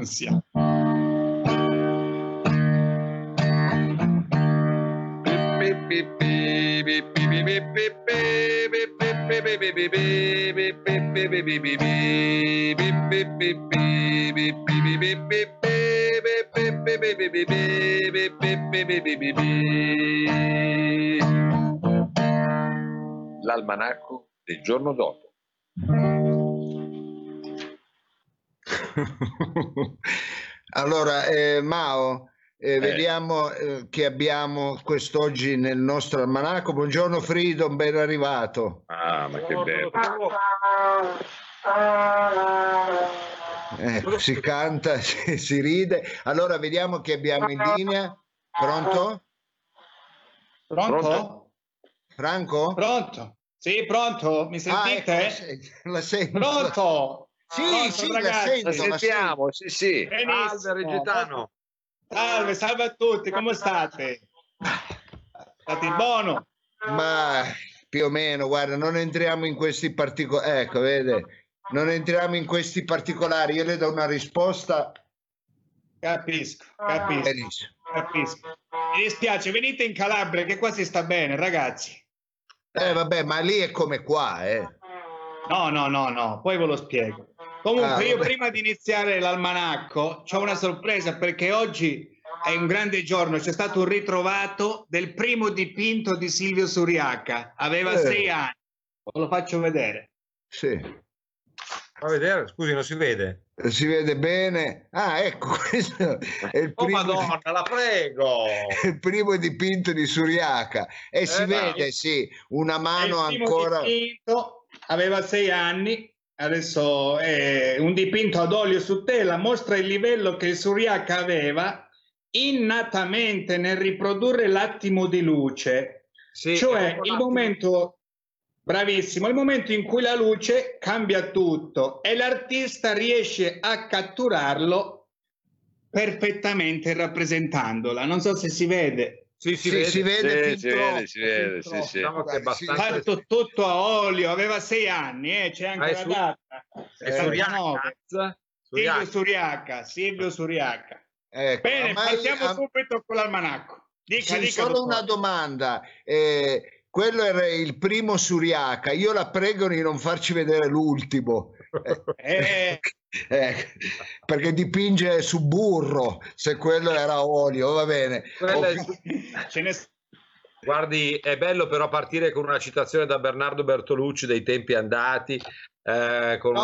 ansia. L'almanacco del giorno dopo. Allora, Mao, vediamo che abbiamo quest'oggi nel nostro almanacco. Buongiorno Freedom, ben arrivato. Ah, ma che bello. Si canta, si ride. Allora, vediamo che abbiamo in linea. Pronto? Pronto? Franco? Pronto? Sì, pronto? Mi sentite? Ecco, la sento. Pronto? Sì, Pronto, sì, ragazzi? la Sentiamo, sì, sì. Benissimo. Salve Regitano. Salve a tutti, come state? State buono? Ma più o meno, guarda, non entriamo in questi particolari. Ecco, vede, non entriamo in questi particolari. Io le do una risposta. Capisco. Benissimo. Mi dispiace, venite in Calabria che qua si sta bene, ragazzi. Vabbè, ma lì è come qua, No, poi ve lo spiego. Comunque io prima di iniziare l'almanacco c'ho una sorpresa perché oggi è un grande giorno, c'è stato un ritrovato del primo dipinto di Silvio Suriaca, aveva 6 anni, ve lo faccio vedere. Sì. Fa vedere, scusi, non si vede. Si vede bene. Ah, ecco, questo è il primo. Oh Madonna, la prego! Il primo dipinto di Suriaca. E si vede, sì, una mano ancora. Il dipinto aveva 6 anni, adesso è un dipinto ad olio su tela, mostra il livello che il Suriaca aveva innatamente nel riprodurre l'attimo di luce, Sì, cioè il momento. Bravissimo, il momento in cui la luce cambia tutto e l'artista riesce a catturarlo perfettamente rappresentandola. Non so se si vede. Sì, si vede. Si vede, si vede. Diciamo che è abbastanza... Fatto tutto a olio, aveva 6 anni, c'è anche la data. È Silvio Suriaca. Ecco, Bene, partiamo subito con l'almanacco. Dica, solo dottore. una domanda. Quello era il primo Suriaca, io la prego di non farci vedere l'ultimo, perché dipinge su burro, se quello era olio, va bene. Guardi, è bello però partire con una citazione da Bernardo Bertolucci dei tempi andati, con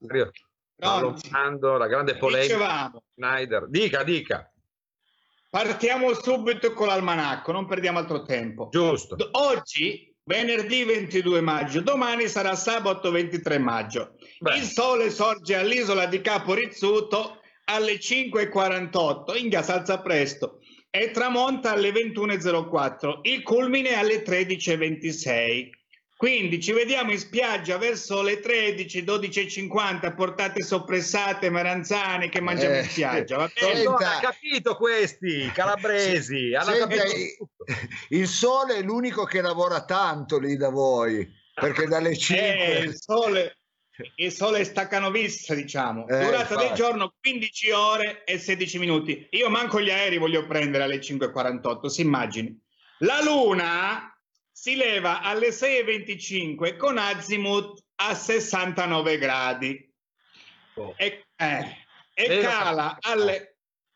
la grande polemica. Dicevamo. Schneider. Dica. Partiamo subito con l'almanacco, non perdiamo altro tempo. Giusto. Oggi, venerdì 22 maggio, domani sarà sabato 23 maggio. Il sole sorge all'isola di Capo Rizzuto alle 5:48, Inga s'alza presto, e tramonta alle 21:04, il culmine alle 13:26. Quindi ci vediamo in spiaggia verso le 13, 12:50, portate soppressate, meranzane che mangiamo in spiaggia. Va bene? Non ha capito questi calabresi. Il sole è l'unico che lavora tanto lì da voi, perché dalle 5... il sole è staccanovista, diciamo. Durata del giorno 15 ore e 16 minuti. Io manco gli aerei voglio prendere alle 5:48, si immagini. La luna si leva alle 6:25 con azimut a 69 gradi e cala alle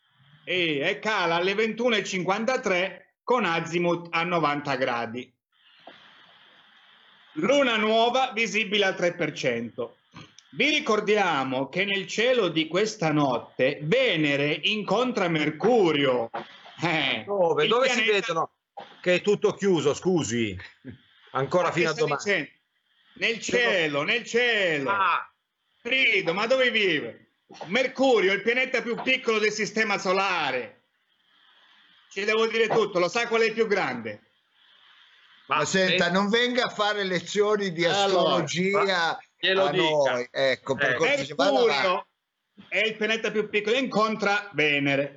21:53 con azimut a 90 gradi. Luna nuova visibile al 3%. Vi ricordiamo che nel cielo di questa notte Venere incontra Mercurio. Dove pianeta... si vedono? Che è tutto chiuso, scusi. Ancora fino a domani. Nel cielo. Frido, ma dove vive? Mercurio, il pianeta più piccolo del sistema solare. Ci devo dire tutto, lo sa qual è il più grande? Ma senta, non venga a fare lezioni di astrologia a noi. Ecco, per Mercurio è il pianeta più piccolo, incontra Venere.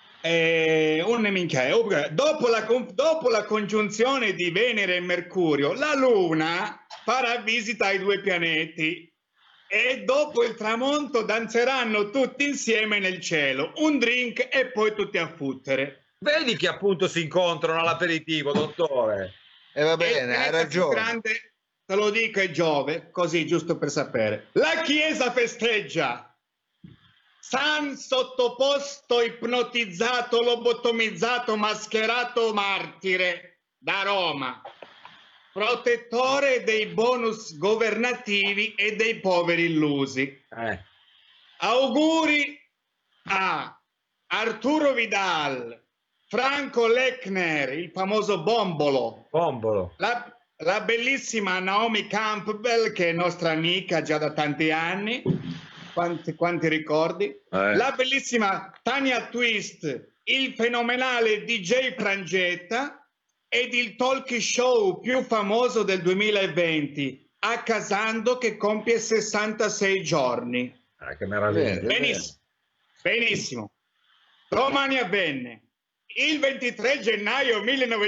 Dopo la congiunzione di Venere e Mercurio, la Luna farà visita ai due pianeti E dopo il tramonto danzeranno tutti insieme nel cielo, un drink e poi tutti a fottere. Vedi che appunto si incontrano all'aperitivo, dottore. E va E il bene, hai pianeta più ragione. grande, te lo dico, è Giove, così giusto per sapere. La Chiesa festeggia. San sottoposto, ipnotizzato, lobotomizzato, mascherato, martire da Roma. Protettore dei bonus governativi e dei poveri illusi. Auguri a Arturo Vidal, Franco Lechner, il famoso Bombolo, la bellissima Naomi Campbell, che è nostra amica già da tanti anni, quanti ricordi, la bellissima Tania Twist, il fenomenale DJ Frangetta ed il talk show più famoso del 2020, Accasando, che compie 66 giorni. Che meraviglia. Benissimo. Benissimo. Domani avvenne il 23 gennaio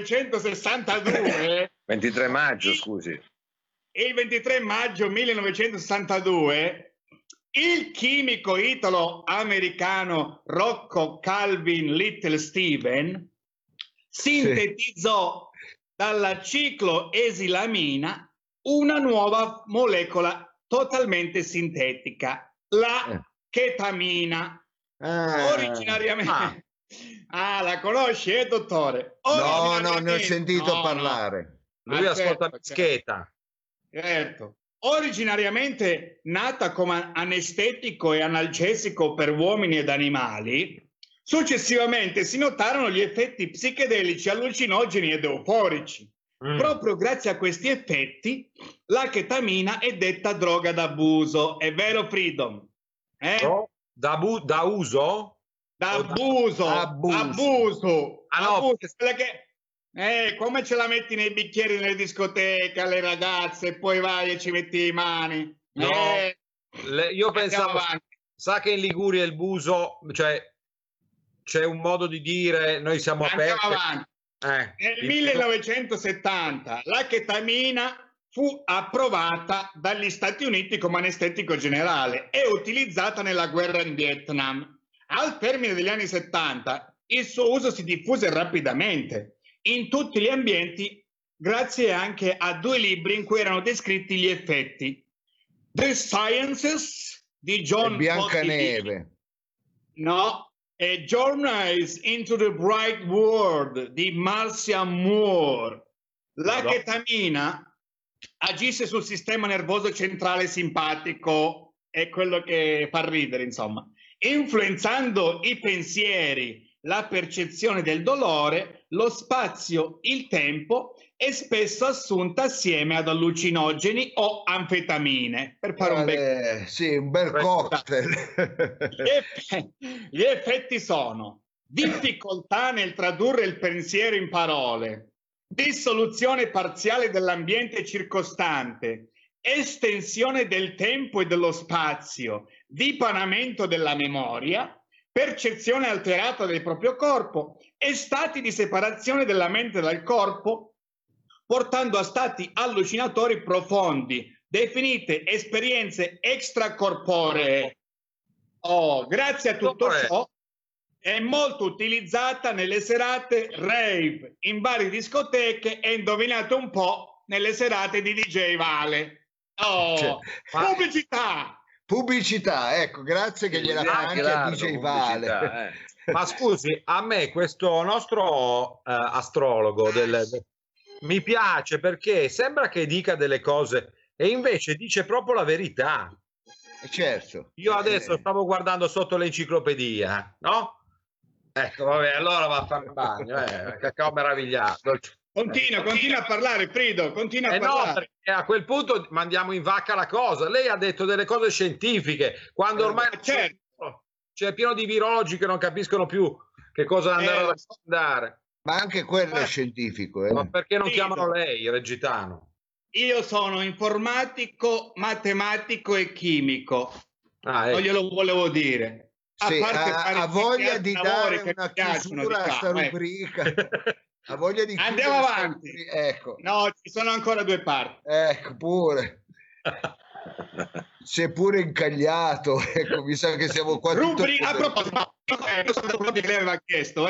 1962. 23 maggio, scusi. Il 23 maggio 1962 il chimico italo-americano Rocco Calvin Little Steven sintetizzò dalla cicloesilamina una nuova molecola totalmente sintetica, la chetamina. Originariamente... la conosci, dottore? No, ne ho sentito parlare. Lui ascolta Mischeta. Certo. Originariamente nata come anestetico e analgesico per uomini ed animali, successivamente si notarono gli effetti psichedelici, allucinogeni ed euforici. Proprio grazie a questi effetti la chetamina è detta droga d'abuso. È vero, Freedom? No, da uso? D'abuso. Abuso. Quella che... come ce la metti nei bicchieri nelle discoteche alle ragazze e poi vai e ci metti le mani? No, io pensavo, sa che in Liguria il buso, cioè c'è un modo di dire noi siamo aperti. Nel 1970 la chetamina fu approvata dagli Stati Uniti come anestetico generale e utilizzata nella guerra in Vietnam. Al termine degli anni 70 il suo uso si diffuse rapidamente in tutti gli ambienti, grazie anche a 2 libri in cui erano descritti gli effetti. The Sciences di John Biancaneve. E Journeys into the Bright World di Marcia Moore. La chetamina agisce sul sistema nervoso centrale simpatico, è quello che fa ridere, insomma, influenzando i pensieri, la percezione del dolore, lo spazio, il tempo, è spesso assunta assieme ad allucinogeni o anfetamine per fare un bel cocktail. Gli effetti sono difficoltà nel tradurre il pensiero in parole, dissoluzione parziale dell'ambiente circostante, estensione del tempo e dello spazio, dipanamento della memoria, percezione alterata del proprio corpo e stati di separazione della mente dal corpo, portando a stati allucinatori profondi, definite esperienze extracorporee. Grazie a tutto ciò è molto utilizzata nelle serate rave, in varie discoteche e, indovinate un po', nelle serate di DJ Vale. Pubblicità, ecco, grazie che gliela fa anche a DJ Vale. Ma scusi, a me questo nostro astrologo mi piace perché sembra che dica delle cose e invece dice proprio la verità. Certo. Io adesso stavo guardando sotto l'enciclopedia, no? Ecco, vabbè, allora va a fare il bagno, cacao meravigliato. Continua a parlare, Frido, continua a parlare. No, perché a quel punto mandiamo in vacca la cosa. Lei ha detto delle cose scientifiche, quando ormai c'è pieno di virologi che non capiscono più che cosa andare a raccomandare. Ma anche quello è scientifico. Ma perché non chiamano lei, Reggitano? Io sono informatico, matematico e chimico. Non glielo volevo dire. Ha voglia di dare una chiusura a questa rubrica. Ha voglia di Andiamo avanti. Ecco. No, ci sono ancora 2 parti. Ecco, pure. Si è pure incagliato, ecco, mi sa che siamo qua. A proposito, io sono quello che lei aveva chiesto,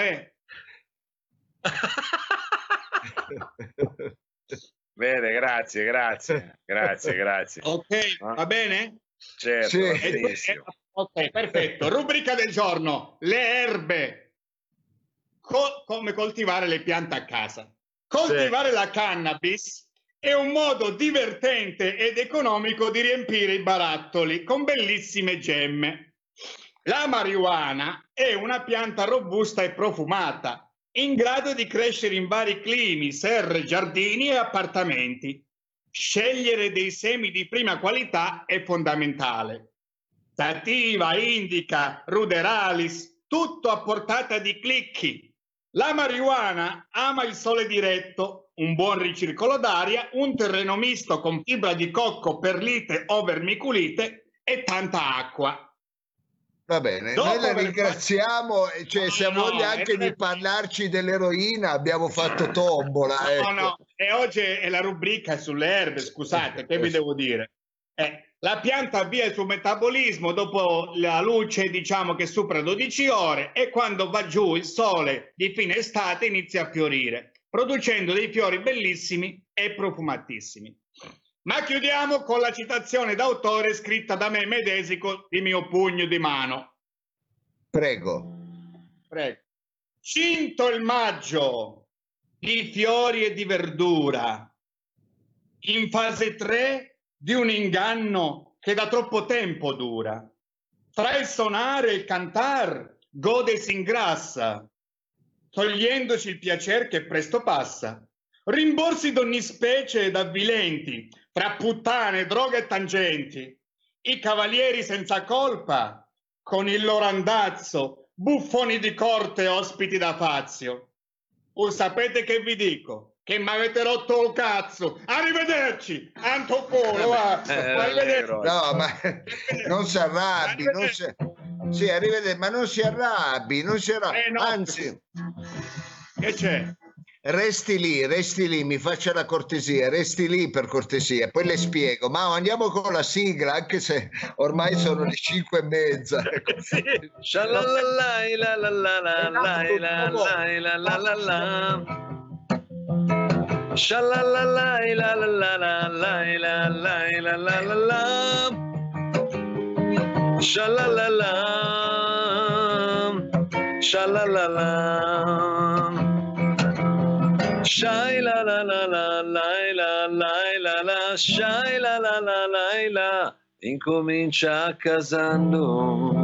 Bene, grazie. Ok, va bene? Certo, Sì. va benissimo. Ok, perfetto. Rubrica del giorno: le erbe. Come coltivare le piante a casa. Coltivare la cannabis è un modo divertente ed economico di riempire i barattoli con bellissime gemme. La marijuana è una pianta robusta e profumata, in grado di crescere in vari climi, serre, giardini e appartamenti. Scegliere dei semi di prima qualità è fondamentale. Sativa, indica, ruderalis, tutto a portata di clicchi. La marijuana ama il sole diretto, un buon ricircolo d'aria, un terreno misto con fibra di cocco, perlite o vermiculite e tanta acqua. Va bene, noi la ringraziamo, cioè, se ha voglia anche di parlarci dell'eroina, abbiamo fatto tombola. No, e oggi è la rubrica sulle erbe, scusate, che vi devo dire? La pianta avvia il suo metabolismo dopo la luce, diciamo che supera 12 ore, e quando va giù il sole di fine estate inizia a fiorire, producendo dei fiori bellissimi e profumatissimi. Ma chiudiamo con la citazione d'autore scritta da me medesico di mio pugno di mano. Prego. Cinto il maggio di fiori e di verdura, in fase 3 di un inganno che da troppo tempo dura. Tra il sonare e il cantar gode e si ingrassa, togliendoci il piacer che presto passa. Rimborsi d'ogni specie ed avvilenti, fra puttane, droghe e tangenti. I cavalieri senza colpa, con il loro andazzo, buffoni di corte, ospiti da fazio. Sapete che vi dico? Che mi avete rotto il cazzo. Arrivederci, Antopolo. Arrivederci. No, ma non si arrabbi, sì, arrivederci, ma non si arrabbi, no. Anzi, che c'è? Resti lì, mi faccia la cortesia, resti lì per cortesia, poi le spiego. Ma andiamo con la sigla, anche se ormai sono le 5:30. Shai la la la la la la, shai la la la la, incomincia casando.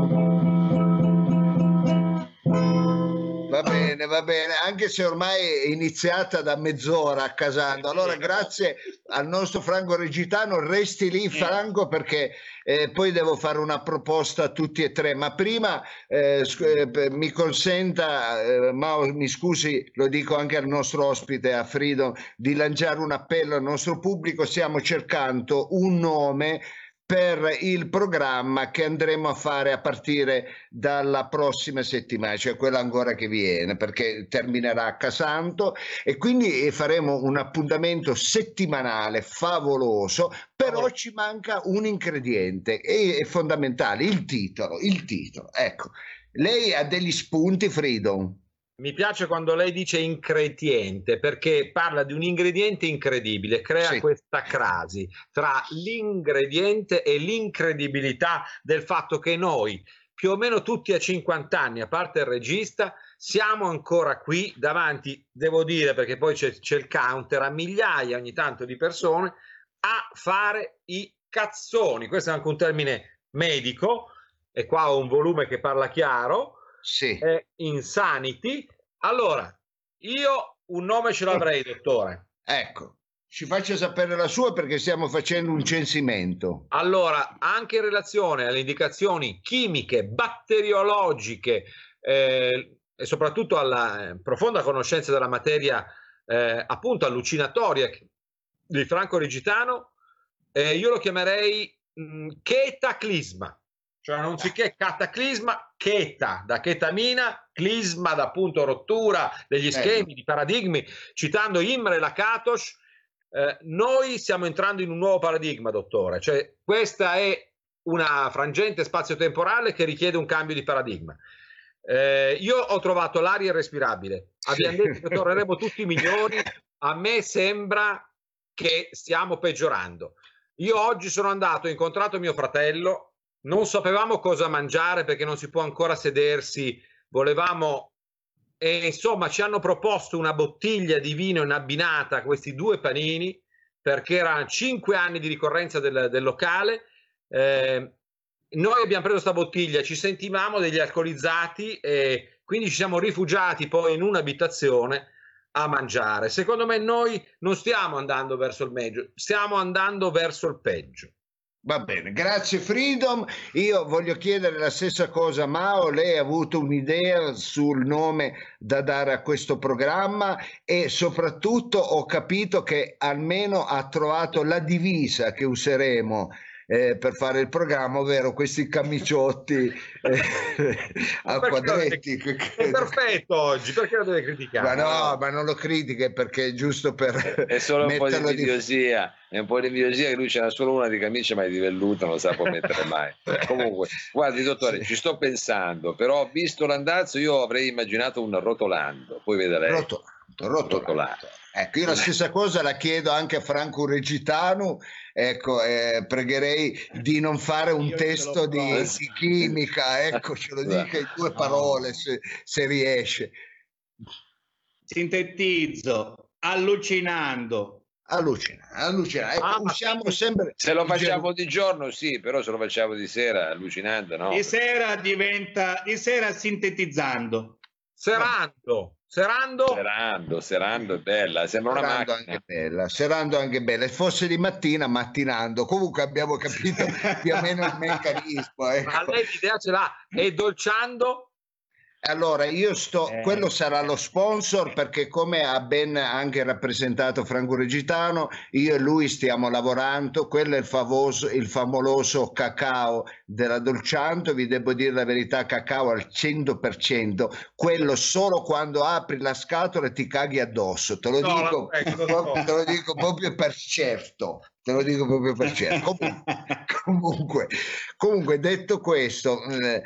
Va bene, anche se ormai è iniziata da mezz'ora a casando. Allora grazie al nostro Franco Regitano, resti lì Franco, perché poi devo fare una proposta a tutti e tre, ma prima mi consenta, Mao, mi scusi, lo dico anche al nostro ospite, a Frido, di lanciare un appello al nostro pubblico. Stiamo cercando un nome per il programma che andremo a fare a partire dalla prossima settimana, cioè quella ancora che viene, perché terminerà a Casanto, e quindi faremo un appuntamento settimanale favoloso. Però ci manca un ingrediente, è fondamentale, il titolo. Ecco, lei ha degli spunti, Freedom? Mi piace quando lei dice ingrediente, perché parla di un ingrediente incredibile, crea questa crasi tra l'ingrediente e l'incredibilità del fatto che noi, più o meno tutti a 50 anni, a parte il regista, siamo ancora qui davanti, devo dire, perché poi c'è il counter, a migliaia ogni tanto di persone a fare i cazzoni. Questo è anche un termine medico, e qua ho un volume che parla chiaro. È Insanity. Allora, io un nome ce l'avrei, dottore. Ecco, ci faccia sapere la sua, perché stiamo facendo un censimento. Allora, anche in relazione alle indicazioni chimiche, batteriologiche e soprattutto alla profonda conoscenza della materia appunto allucinatoria di Franco Regitano, io lo chiamerei chetaclisma. Cioè, anziché cataclisma, cheta, da chetamina, clisma, da appunto rottura degli schemi, di paradigmi, citando Imre Lakatos, Noi stiamo entrando in un nuovo paradigma, dottore, cioè questa è una frangente spazio-temporale che richiede un cambio di paradigma. Io ho trovato l'aria irrespirabile, abbiamo detto che torneremo tutti migliori, a me sembra che stiamo peggiorando. Io oggi sono andato, ho incontrato mio fratello, non sapevamo cosa mangiare perché non si può ancora sedersi, volevamo, e insomma ci hanno proposto una bottiglia di vino in abbinata a questi 2 panini, perché erano 5 anni di ricorrenza del locale. Noi abbiamo preso questa bottiglia, ci sentivamo degli alcolizzati e quindi ci siamo rifugiati poi in un'abitazione a mangiare. Secondo me noi non stiamo andando verso il meglio, stiamo andando verso il peggio. Va bene, grazie Freedom. Io voglio chiedere la stessa cosa a Mao. Lei ha avuto un'idea sul nome da dare a questo programma e soprattutto ho capito che almeno ha trovato la divisa che useremo per fare il programma, ovvero questi camiciotti a quadretti. È perfetto oggi, perché lo deve criticare? Ma no, ma non lo critica, perché è giusto per è solo un po' di invidiosia, è un po' di invidiosia che lui ce n'ha solo una di camicia ma è di velluto, non sa può mettere mai. Comunque, guardi dottore, ci sto pensando, però visto l'andazzo io avrei immaginato un rotolando, poi vedrei. Rotolando. Ecco, io la stessa cosa la chiedo anche a Franco Regitano. Ecco, pregherei di non fare un testo di chimica, ecco, ce lo dica in 2 parole se riesce. Sintetizzo, allucinando. Ecco, usiamo sempre. Se lo facciamo di giorno sì, però se lo facciamo di sera allucinando no. Di sera sintetizzando. Serando è bella, sembra una macchina. Serando anche bella, fosse di mattina, mattinando. Comunque abbiamo capito più o meno il meccanismo. Ecco. Ma lei l'idea ce l'ha, e dolciando? Allora io quello sarà lo sponsor, perché come ha ben anche rappresentato Franco Regitano, io e lui stiamo lavorando. Quello è il favoloso cacao della Dolcianto. Vi devo dire la verità, cacao al 100%, quello solo quando apri la scatola ti caghi addosso, te lo dico proprio per certo. Te lo dico proprio per certo. Comunque detto questo,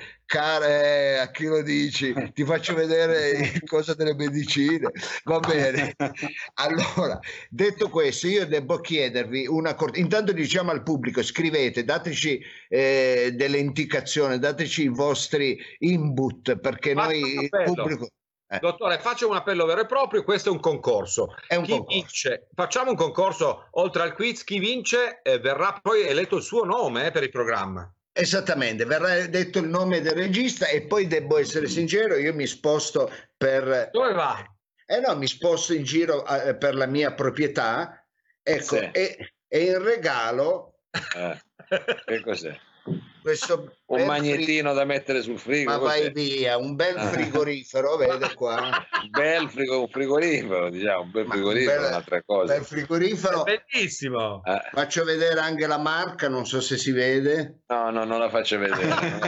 a chi lo dici? Ti faccio vedere cosa delle medicine. Va bene. Allora, detto questo, io devo chiedervi intanto diciamo al pubblico, scrivete, dateci delle indicazioni, dateci i vostri input, perché noi il pubblico... Dottore, faccio un appello vero e proprio, questo è un concorso. Vince, facciamo un concorso oltre al quiz, chi vince verrà poi eletto il suo nome per il programma. Esattamente, verrà detto il nome del regista e poi devo essere sincero, io mi sposto per... Dove va? No, mi sposto in giro per la mia proprietà, ecco, sì. e in regalo... Che cos'è? Questo un magnetino da mettere sul frigo, ma vai via, un bel frigorifero, vede qua, un frigorifero, diciamo, un bel frigorifero, un'altra cosa, bel frigorifero, è bellissimo. Faccio vedere anche la marca, non so se si vede. No, non la faccio vedere,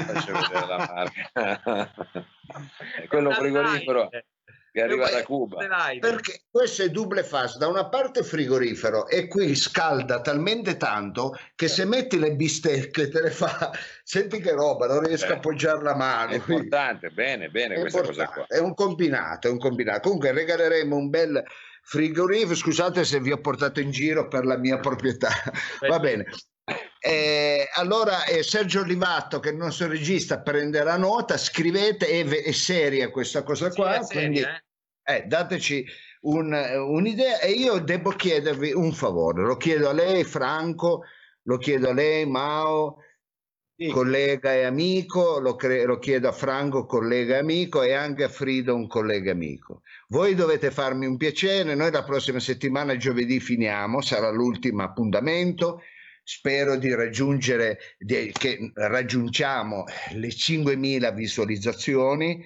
la marca. Quello frigorifero che arriva da Cuba, perché questo è double fast, da una parte frigorifero e qui scalda talmente tanto che se metti le bistecche te le fa, senti che roba, non riesco a appoggiare la mano. È importante, bene questa cosa qua. È un combinato. Comunque regaleremo un bel frigorifero, scusate se vi ho portato in giro per la mia proprietà. Va bene. Allora Sergio Olivato, che è il nostro regista, prenderà nota, scrivete, è seria questa cosa qua, sì, quindi dateci un'idea e io devo chiedervi un favore, lo chiedo a lei Franco, lo chiedo a lei Mao, sì, collega e amico, lo chiedo a Franco, collega e amico, e anche a Freedom, collega e amico. Voi dovete farmi un piacere, noi la prossima settimana giovedì finiamo, sarà l'ultimo appuntamento. Spero di che raggiungiamo le 5.000 visualizzazioni,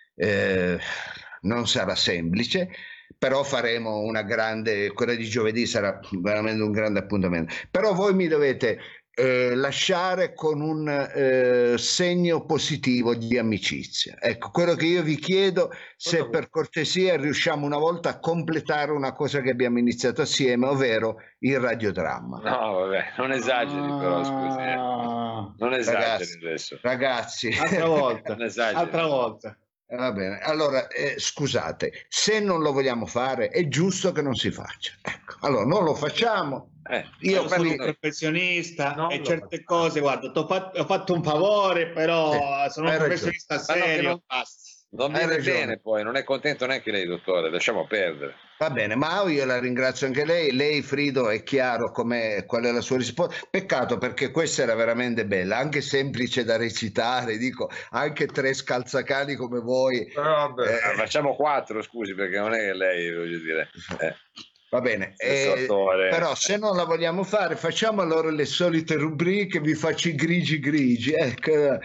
non sarà semplice, però faremo una grande, quella di giovedì sarà veramente un grande appuntamento. Però voi mi dovete lasciare con un segno positivo di amicizia. Ecco, quello che io vi chiedo, se per cortesia riusciamo una volta a completare una cosa che abbiamo iniziato assieme, ovvero il radiodramma. No, vabbè, non esageri però, scusi. Non esageri adesso. Ragazzi, altra volta. Non esageri. Altra volta. Va bene, allora scusate, se non lo vogliamo fare è giusto che non si faccia. Ecco, allora non lo facciamo. Io sono un professionista e certe cose, guarda, ho fatto un favore, però sono un professionista serio. Non viene bene poi, non è contento neanche lei, dottore, lasciamo perdere. Va bene, ma io la ringrazio anche lei. Lei, Frido, è chiaro qual è la sua risposta. Peccato, perché questa era veramente bella, anche semplice da recitare, dico, anche 3 scalzacani come voi. Facciamo 4, scusi, perché non è che lei, voglio dire... Va bene, però se non la vogliamo fare, facciamo allora le solite rubriche, vi faccio i grigi. Ecco.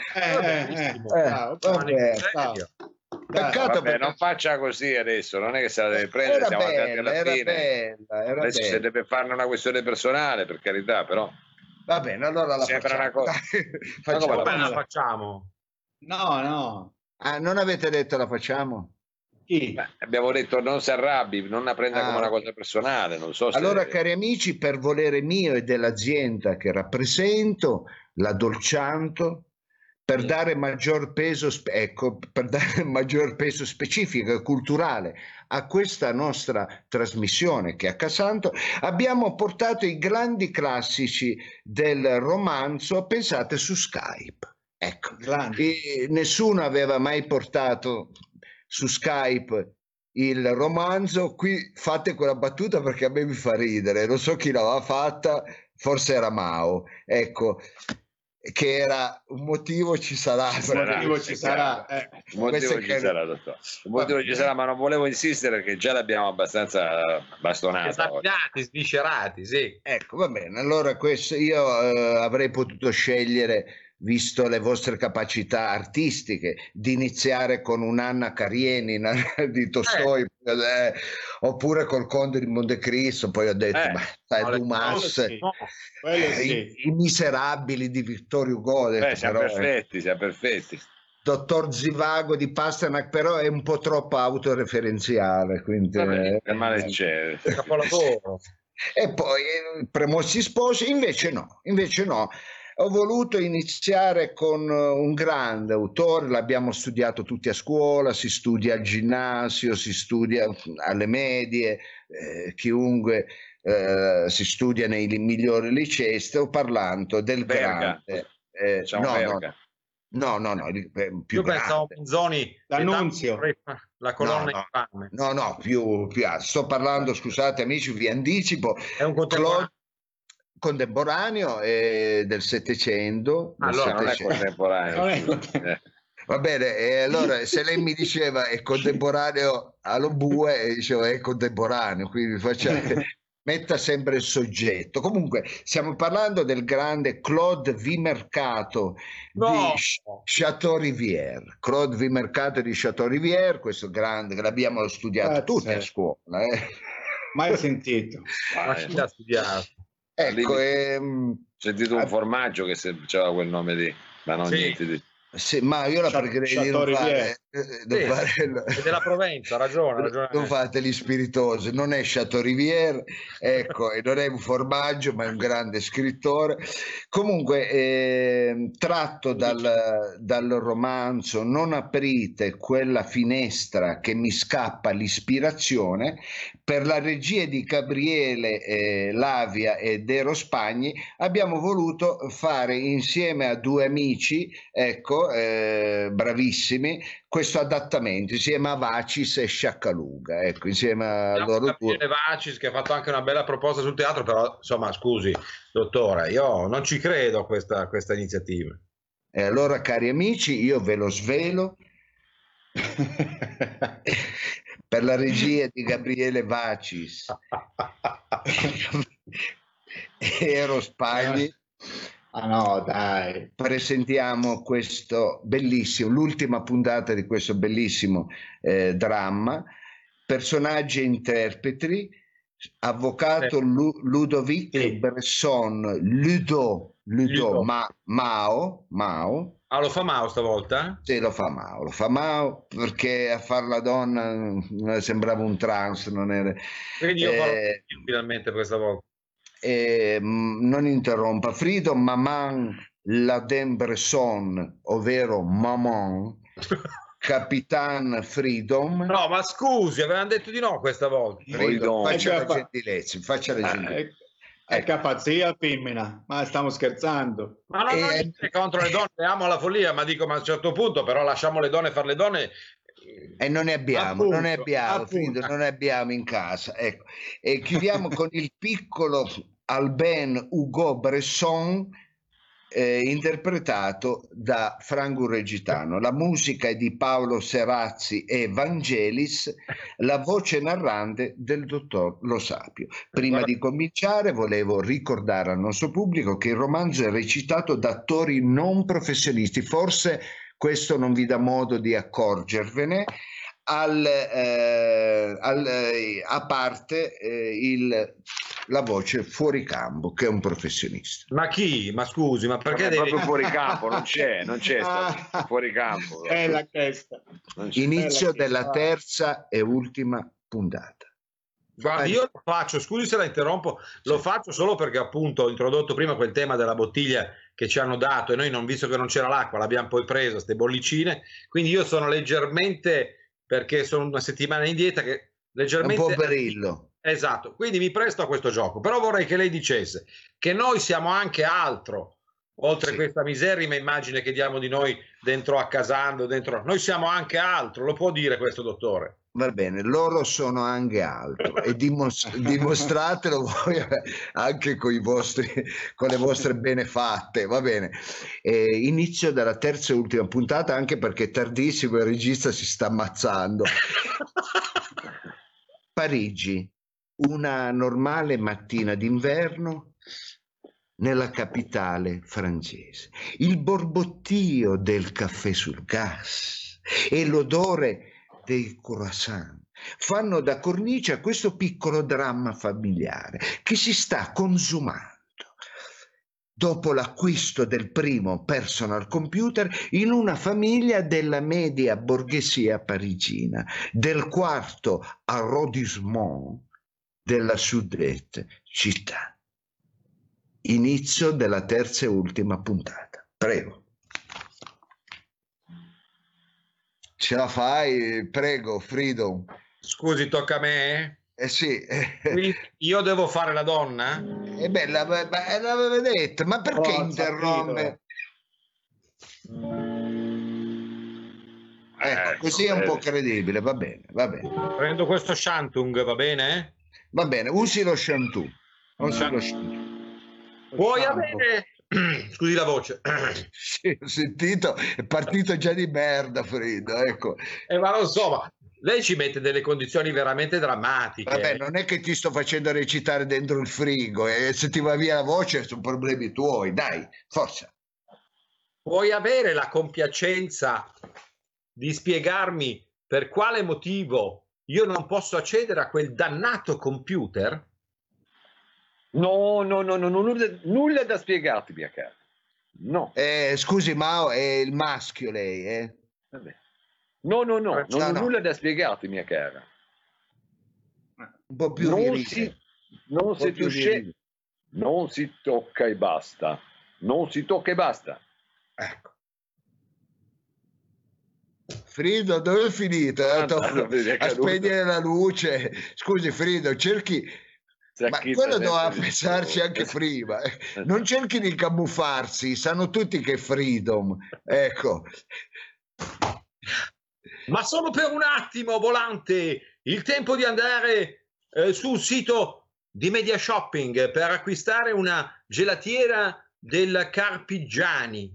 Peccato, perché... non faccia così adesso, non è che se la deve prendere, siamo andati alla fine. Adesso se deve farne una questione personale, per carità, però. Va bene, allora la facciamo. La facciamo. No. Non avete detto la facciamo? Abbiamo detto non si arrabbi, non la prenda come una cosa personale, non so se... Allora, cari amici, per volere mio e dell'azienda che rappresento, la Dolcianto, per dare maggior peso, specifico e culturale a questa nostra trasmissione che è a Casanto, abbiamo portato i grandi classici del romanzo, pensate, su Skype. Ecco, nessuno aveva mai portato su Skype il romanzo. Qui fate quella battuta perché a me mi fa ridere, non so chi l'aveva fatta, forse era Mao, ecco, che era un motivo ci sarà, un motivo ci sarà, dottore. Un motivo ci sarà, ma non volevo insistere perché già l'abbiamo abbastanza bastonata, sviscerati, sì. Ecco, va bene, allora questo io avrei potuto scegliere, visto le vostre capacità artistiche, di iniziare con un'Anna Karenina di Tolstoi, oppure col Conte di Montecristo. Poi ho detto, Dumas, i Miserabili di Vittorio Hugo. Siamo perfetti. Dottor Zivago di Pasternak, però è un po' troppo autoreferenziale, quindi male c'è. Capolavoro. E poi Premossi Sposi, invece no. Ho voluto iniziare con un grande autore, l'abbiamo studiato tutti a scuola, si studia al ginnasio, si studia alle medie, chiunque si studia nei migliori licei. Sto parlando del Verga. grande. No, più io pensavo Manzoni, D'Annunzio, la colonna infame. No, più sto parlando, scusate amici, vi anticipo, è un contemporaneo del Settecento. Allora non è contemporaneo. Va bene, allora se lei mi diceva è contemporaneo allo Bue, dicevo è contemporaneo, quindi metta sempre il soggetto. Comunque stiamo parlando del grande Claude Vimercato di Chateaubriand. Claude Vimercato di Chateaubriand, questo grande che l'abbiamo studiato tutti a scuola. Mai sentito. L'ha studiato. Ecco, sentito un formaggio che aveva quel nome lì, ma non niente di... Sì, ma io la pregherei di non fare, è della Provenza, ragione. Non fate gli spiritosi, non è Chateaubriand, ecco, e non è un formaggio, ma è un grande scrittore. Comunque, tratto dal romanzo Non aprite quella finestra che mi scappa l'ispirazione, per la regia di Gabriele Lavia ed Ero Spagni abbiamo voluto fare insieme a 2 amici, ecco, bravissimi, questo adattamento insieme a Vacis e Sciaccaluga, ecco, insieme a loro due. Vacis, che ha fatto anche una bella proposta sul teatro, però insomma, scusi dottore, io non ci credo a questa iniziativa. E allora, cari amici, io ve lo svelo. Per la regia di Gabriele Vacis Ero Spagni, no, dai, presentiamo questo bellissimo, l'ultima puntata di questo bellissimo dramma, personaggi e interpreti: avvocato Ludovic Bresson, Ludo Mao. Ah, lo fa Mao stavolta? Sì, lo fa Mao perché a far la donna sembrava un trans, non era. Quindi io farò finalmente questa volta. Non interrompa. Frido Maman Laden Bresson, ovvero Maman, Capitan Freedom. No, ma scusi, avevano detto di no questa volta. Faccia la gentilezza, È capazia femmina, ma stiamo scherzando. Ma non è contro le donne, amo la follia, ma dico, ma a un certo punto però lasciamo le donne fare le donne. E non ne abbiamo, Frido, non ne abbiamo in casa. Ecco. E chiudiamo con il piccolo Alben Hugo Bresson, interpretato da Franco Regitano. La musica è di Paolo Serazzi e Vangelis, la voce narrante del dottor Lo Sapio. Prima di cominciare volevo ricordare al nostro pubblico che il romanzo è recitato da attori non professionisti, forse questo non vi dà modo di accorgervene, a parte la voce fuori campo, che è un professionista. Ma chi? Ma scusi, ma perché è proprio fuori campo? Non c'è fuori campo. È la testa. Inizio della terza e ultima puntata. Guardi, io lo faccio, scusi se la interrompo, lo faccio solo perché appunto ho introdotto prima quel tema della bottiglia che ci hanno dato e noi, non visto che non c'era l'acqua, l'abbiamo poi presa, queste bollicine, quindi io sono leggermente, perché sono una settimana in dieta, che leggermente... Un po' perillo. Esatto, quindi mi presto a questo gioco, però vorrei che lei dicesse che noi siamo anche altro, oltre a questa miserrima immagine che diamo di noi dentro a Casando, noi siamo anche altro, lo può dire questo dottore? Va bene, loro sono anche altro e dimostratelo voi anche con le vostre benefatte, va bene. Inizio dalla terza e ultima puntata, anche perché è tardissimo e il regista si sta ammazzando. Parigi, una normale mattina d'inverno nella capitale francese. Il borbottio del caffè sul gas e l'odore dei croissant fanno da cornice a questo piccolo dramma familiare che si sta consumando dopo l'acquisto del primo personal computer in una famiglia della media borghesia parigina, del quarto arrondissement della suddetta città. Inizio della terza e ultima puntata. Prego. Ce la fai? Prego, Freedom. Scusi, tocca a me? Sì. Quindi io devo fare la donna? L'aveva detto, ma perché interrompe? Ecco, così è un po' credibile, va bene. Prendo questo Shantung, va bene? Va bene, usi lo Shantung. Puoi avere... Scusi la voce. Sì, ho sentito, è partito già di merda, Frido, ecco. Ma lo so, ma lei ci mette delle condizioni veramente drammatiche. Vabbè, non è che ti sto facendo recitare dentro il frigo e se ti va via la voce sono problemi tuoi, dai, forza. Puoi avere la compiacenza di spiegarmi per quale motivo io non posso accedere a quel dannato computer? No, nulla da spiegarti, mia cara. No. Scusi, Mao, è il maschio lei, eh? Vabbè. No, non ho nulla da spiegarti, mia cara. Un po' più non si tocca e basta. Non si tocca e basta. Ecco. Frido, dove è finito? A spegnere la luce. Scusi, Frido, cerchi... Ma quello doveva pensarci anche prima. Non cerchi di camuffarsi, sanno tutti che è Freedom. Ecco. Ma solo per un attimo, volante, il tempo di andare sul sito di Media Shopping per acquistare una gelatiera del Carpigiani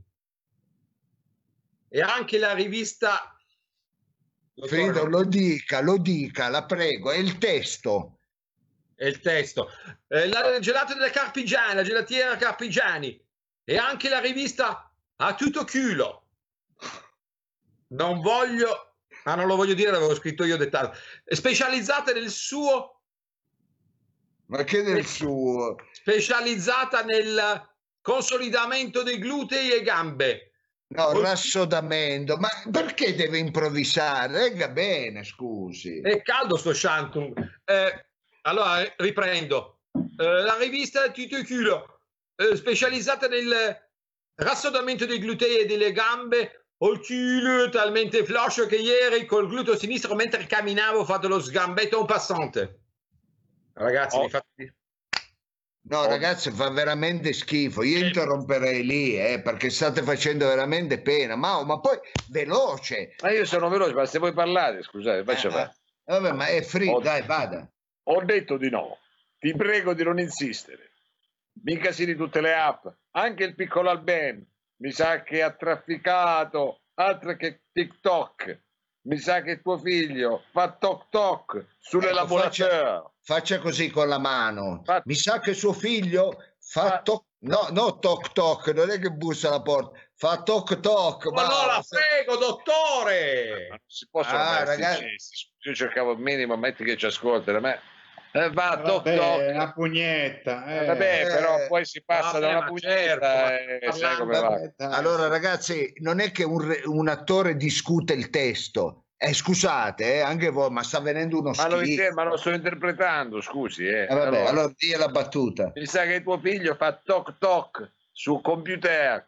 e anche la rivista. Freedom, lo dica, la prego, è il testo. È il testo. La gelato della Carpigiani, la gelatiera Carpigiani e anche la rivista A tutto culo. Non voglio, non lo voglio dire, l'avevo scritto io dettaglio. Specializzata nel suo. Ma che nel suo? Specializzata nel consolidamento dei glutei e gambe. No, rassodamento, ma perché deve improvvisare? Regga bene, scusi. È caldo sto Shantung. Allora, riprendo. La rivista Tuticulo, specializzata nel rassodamento dei glutei e delle gambe. Ho il culo talmente floscio che ieri col gluteo sinistro mentre camminavo ho fatto lo sgambetto a un passante. Ragazzi, mi fate... No, ragazzi, fa veramente schifo. Io interromperei lì, perché state facendo veramente pena. Ma poi veloce. Ma io sono veloce, ma se vuoi parlare, scusate, faccia fare. Vabbè, ma è free, dai, vada. Ho detto di no. Ti prego di non insistere. Mi incasini tutte le app, anche il piccolo Alben. Mi sa che ha trafficato, altro che TikTok. Mi sa che tuo figlio fa toc toc sulle laboratorie. Faccia così con la mano. Mi sa che suo figlio fa toc. No, toc toc, non è che bussa alla porta, fa toc toc. Ma no, la prego, dottore! Ma non si possono ragazzi. Io cercavo il minimo, metti che ci ascolta da me. Va, toc toc. Una pugnetta. Vabbè, però poi si passa da una pugnetta sai come va. Allora, ragazzi, non è che un attore discute il testo. Scusate, anche voi, ma sta venendo uno schifo. Ma lo sto interpretando, scusi. Vabbè, allora dia la battuta. Mi sa che tuo figlio fa toc toc sul computer.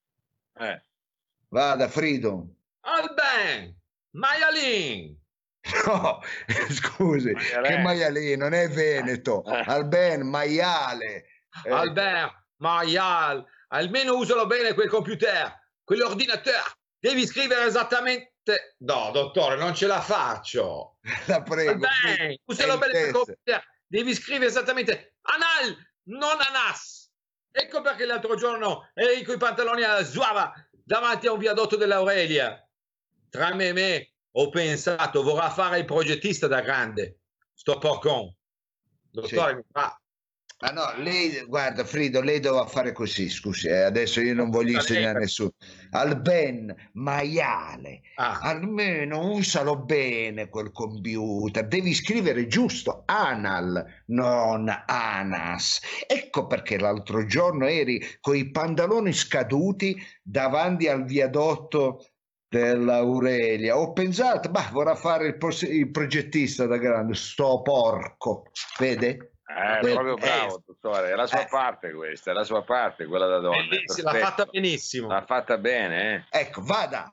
Vada, Freedom. Alben, maialin. No, scusi, che maialin, non è veneto. Alben, maiale. Alben, maial. Almeno usalo bene quel computer, quell'ordinatore. Devi scrivere esattamente... No, dottore, non ce la faccio. La prego. Beh, usalo bene per computer. Devi scrivere esattamente anal, non anas. Ecco perché l'altro giorno eri con i pantaloni alla zuava davanti a un viadotto dell'Aurelia. Tra me e me ho pensato, vorrà fare il progettista da grande. Sto porcon. Dottore, mi fa... Ah no, lei, guarda Frido, lei doveva fare così, scusi, adesso io non voglio insegnare a nessuno. Alben, maiale, almeno usalo bene quel computer, devi scrivere giusto, anal, non anas. Ecco perché l'altro giorno eri con i pantaloni scaduti davanti al viadotto dell'Aurelia. Ho pensato, vorrà fare il progettista da grande, sto porco, vede? Proprio bravo, dottore, è la sua parte questa, è la sua parte, quella da donna. L'ha fatta benissimo. L'ha fatta bene, Ecco, vada.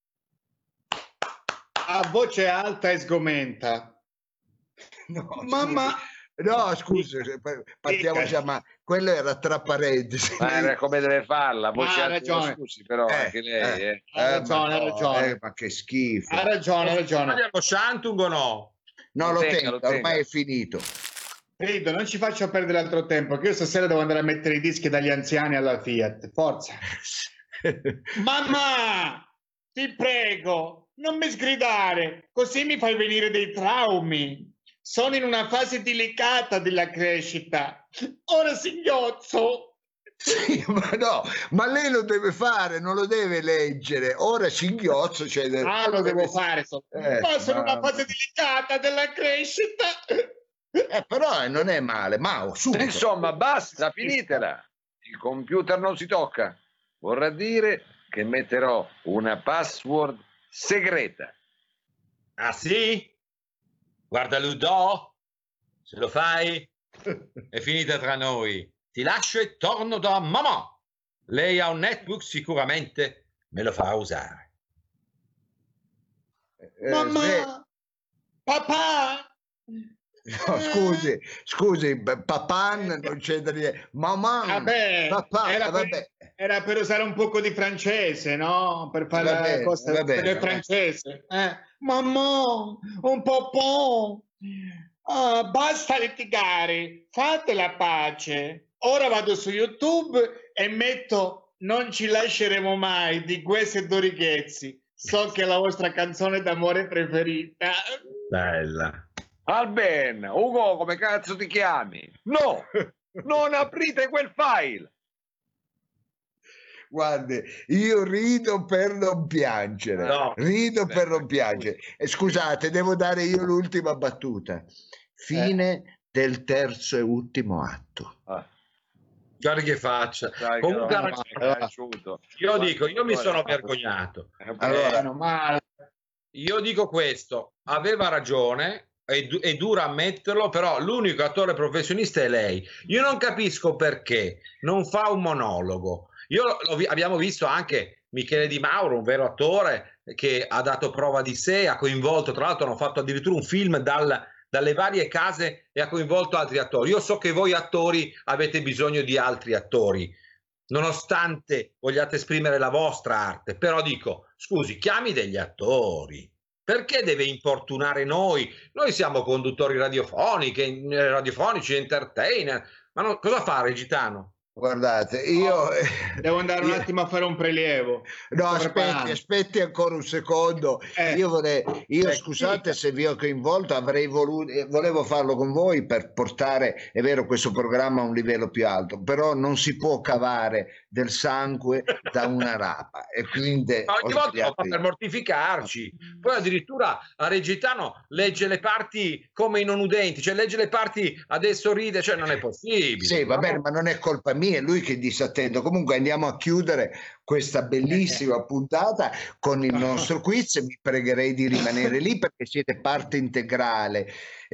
A voce alta e sgomenta. No, mamma. No, scusi, partiamo già, ma quello era tra parentesi. Ma come deve farla? Voce alta, scusi, però anche lei. Ha ragione. Ma che schifo. Ha ragione. Lo Shantung o no? No, lo tengo, ormai è finito. Frido, non ci faccio perdere altro tempo, che io stasera devo andare a mettere i dischi dagli anziani alla Fiat. Forza. Mamma, ti prego, non mi sgridare, così mi fai venire dei traumi. Sono in una fase delicata della crescita. Ora singhiozzo. Sì, ma lei lo deve fare, non lo deve leggere. Ora singhiozzo. Lo devo fare. Ma sono in una fase delicata della crescita. Però non è male, subito. Insomma, basta, finitela. Il computer non si tocca. Vorrà dire che metterò una password segreta. Ah sì? Guarda Ludo, se lo fai è finita tra noi. Ti lascio e torno da mamma. Lei ha un netbook, sicuramente me lo farà usare. Mamma, papà. No, scusi, papan non c'è da dire. Mamma, papà, era per usare un poco di francese, no? Per fare le cose del francese. Mamma, un po'. Basta litigare, fate la pace. Ora vado su YouTube e metto Non ci lasceremo mai di Guess e Dorighezzi. So che è la vostra canzone d'amore preferita. Bella. Alben, Ugo, come cazzo ti chiami? No, non aprite quel file. Guardi, io rido per non piangere. Per non piangere. Scusate, devo dare io l'ultima battuta. Fine del terzo e ultimo atto. Guarda che faccia. Comunque, io mi sono vergognato. Allora, io dico questo, aveva ragione, è dura ammetterlo, però l'unico attore professionista è lei. Io non capisco perché non fa un monologo. Abbiamo visto anche Michele Di Mauro, un vero attore che ha dato prova di sé, ha coinvolto, tra l'altro hanno fatto addirittura un film dalle varie case e ha coinvolto altri attori. Io so che voi attori avete bisogno di altri attori, nonostante vogliate esprimere la vostra arte, però dico, scusi, chiami degli attori. Perché deve importunare noi? Noi siamo conduttori radiofonici, entertainer. Ma cosa fa Regitano? Guardate, io devo andare un attimo a fare un prelievo. No, aspetti ancora un secondo. Io scusate se vi ho coinvolto, volevo farlo con voi per portare, è vero, questo programma a un livello più alto, però non si può cavare del sangue da una rapa e quindi ogni volta lo fa per mortificarci. Poi addirittura a Regitano legge le parti come i non udenti, cioè legge le parti, adesso ride, cioè non è possibile. Sì, va bene, ma non è colpa mia, è lui che è disattento. Comunque andiamo a chiudere questa bellissima puntata con il nostro quiz. Mi pregherei di rimanere lì perché siete parte integrante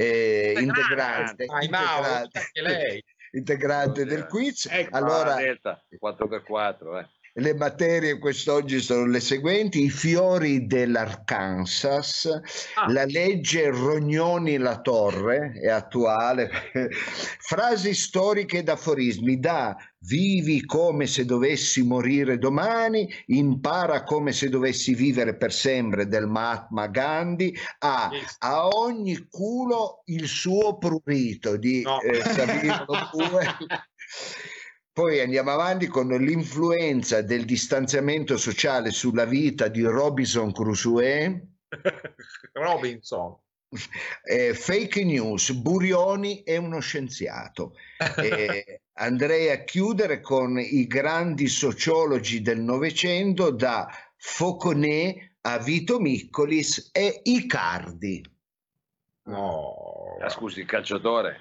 del quiz. Allora, 4x4, le materie quest'oggi sono le seguenti: i fiori dell'Arkansas, la legge Rognoni-La Torre, è attuale, frasi storiche ed aforismi da vivi come se dovessi morire domani, impara come se dovessi vivere per sempre del Mahatma Gandhi, a ogni culo il suo prurito di Savino Lopue. Poi andiamo avanti con l'influenza del distanziamento sociale sulla vita di Robinson Crusoe. Fake news, Burioni è uno scienziato. Andrei a chiudere con i grandi sociologi del Novecento, da Fauconnet a Vito Miccolis e Icardi. Scusi, il calciatore?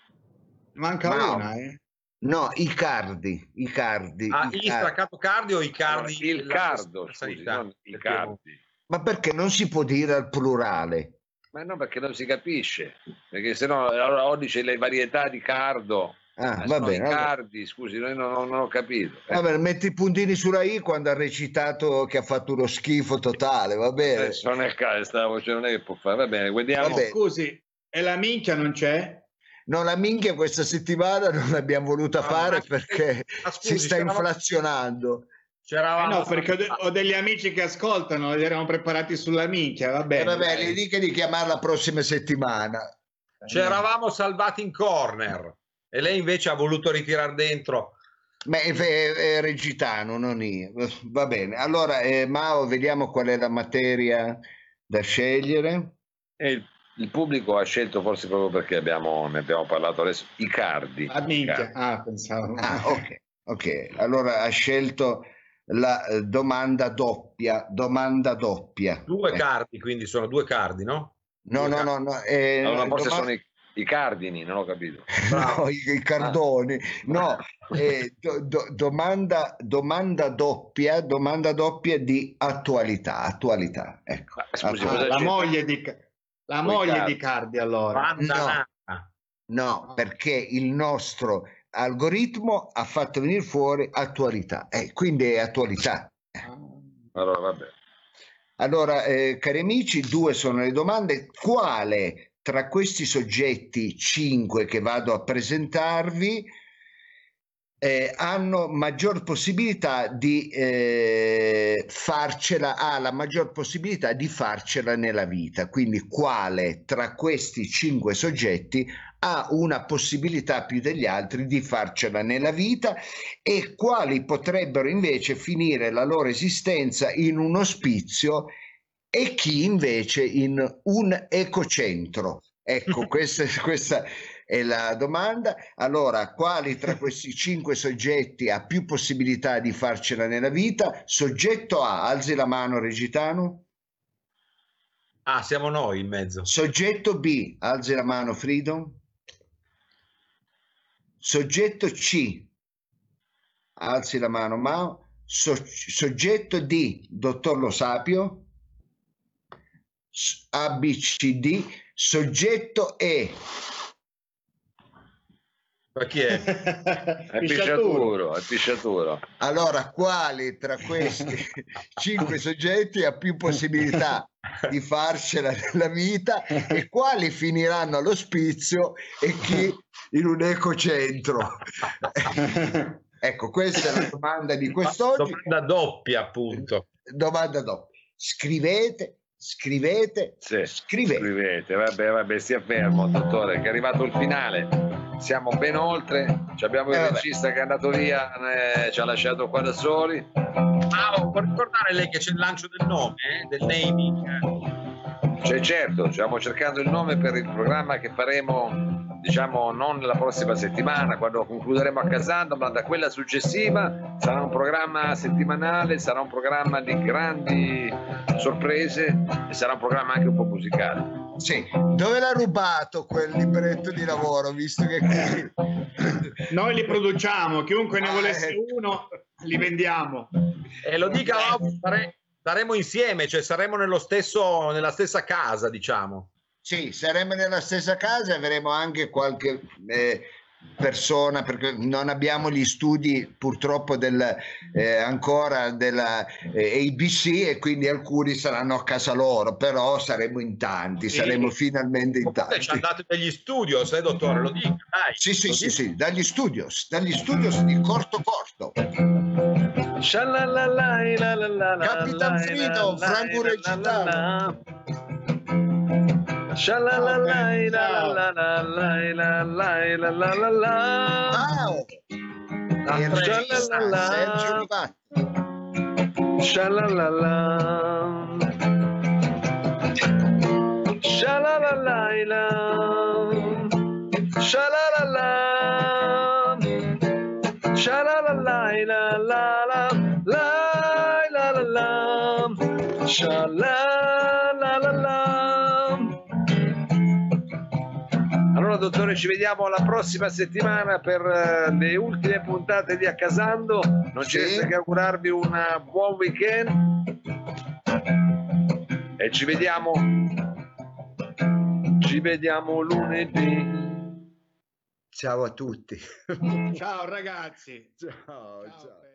Manca una, No, Icardi. Staccato Cardi o Icardi? Il Cardo, scusi, non Icardi. Ma perché non si può dire al plurale? Ma no, perché non si capisce, perché sennò allora oggi c'è le varietà di Cardo. Va bene. Cardi, scusi, non ho capito. Vabbè, metti i puntini sulla I quando ha recitato che ha fatto uno schifo totale, va bene. Non è questa voce, non è che può fare, va bene, vediamo. Scusi, e la minchia non c'è? No, la minchia questa settimana non l'abbiamo voluta fare perché si sta inflazionando. No, perché ho degli amici che ascoltano, li eravamo preparati sulla minchia, va bene. Vabbè, gli dica di chiamarla la prossima settimana. Ci eravamo salvati in corner e lei invece ha voluto ritirare dentro. Ma è Regitano, non io. Va bene, allora Mao, vediamo qual è la materia da scegliere. Il pubblico ha scelto, forse proprio perché ne abbiamo parlato adesso, Icardi. Pensavo. Ok, allora ha scelto la domanda doppia. Due cardi, quindi sono due cardi, no? No. Allora forse sono i cardini, non ho capito. No, i cardoni. No, domanda doppia di attualità. Ecco. Scusi, la moglie di Cardi, allora. No, perché il nostro algoritmo ha fatto venire fuori attualità, quindi è attualità. Allora, vabbè. Allora, cari amici, 2 sono le domande. Quale tra questi soggetti 5 che vado a presentarvi hanno maggior possibilità di ha la maggior possibilità di farcela nella vita? Quindi quale tra questi 5 soggetti ha una possibilità più degli altri di farcela nella vita, e quali potrebbero invece finire la loro esistenza in un ospizio e chi invece in un ecocentro? Ecco, questa è la domanda. Allora, quali tra questi 5 soggetti ha più possibilità di farcela nella vita? Soggetto A, alzi la mano Regitano. Siamo noi in mezzo. Soggetto B, alzi la mano Freedom. Soggetto C, alzi la mano, Mao. Soggetto D, dottor Lo Sapio. ABCD. Soggetto E. Ma chi è? È Pisciaturo. Allora, quali tra questi 5 soggetti ha più possibilità di farcela nella vita e quali finiranno all'ospizio e chi in un ecocentro? Ecco, questa è la domanda di quest'oggi. Domanda doppia, appunto. Domanda doppia. Scrivete. Vabbè, stia fermo, dottore, che è arrivato il finale. Siamo ben oltre, abbiamo il regista che è andato via, ci ha lasciato qua da soli. Può ricordare lei che c'è il lancio del nome, del naming? Certo, stiamo cercando il nome per il programma che faremo, diciamo, non la prossima settimana, quando concluderemo a Casando, ma da quella successiva. Sarà un programma settimanale, sarà un programma di grandi sorprese e sarà un programma anche un po' musicale. Sì, dove l'ha rubato quel libretto di lavoro, visto che noi li produciamo, chiunque ne volesse uno li vendiamo. E lo dica, saremo insieme, cioè saremo nella stessa casa, diciamo. Sì, saremo nella stessa casa e avremo anche qualche persona, perché non abbiamo gli studi purtroppo ancora della ABC, e quindi alcuni saranno a casa loro, però saremo in tanti, saremo finalmente in tanti. Ci andate dagli studios, dottore, lo dica, dai. Sì, dagli studios di Corto. Capitan Frido, Franco Regitano. Sergio Rivatti. Allora, dottore, ci vediamo la prossima settimana per le ultime puntate di Accasando. Non ci resta che augurarvi un buon weekend e ci vediamo lunedì. Ciao a tutti. Ciao ragazzi. Ciao.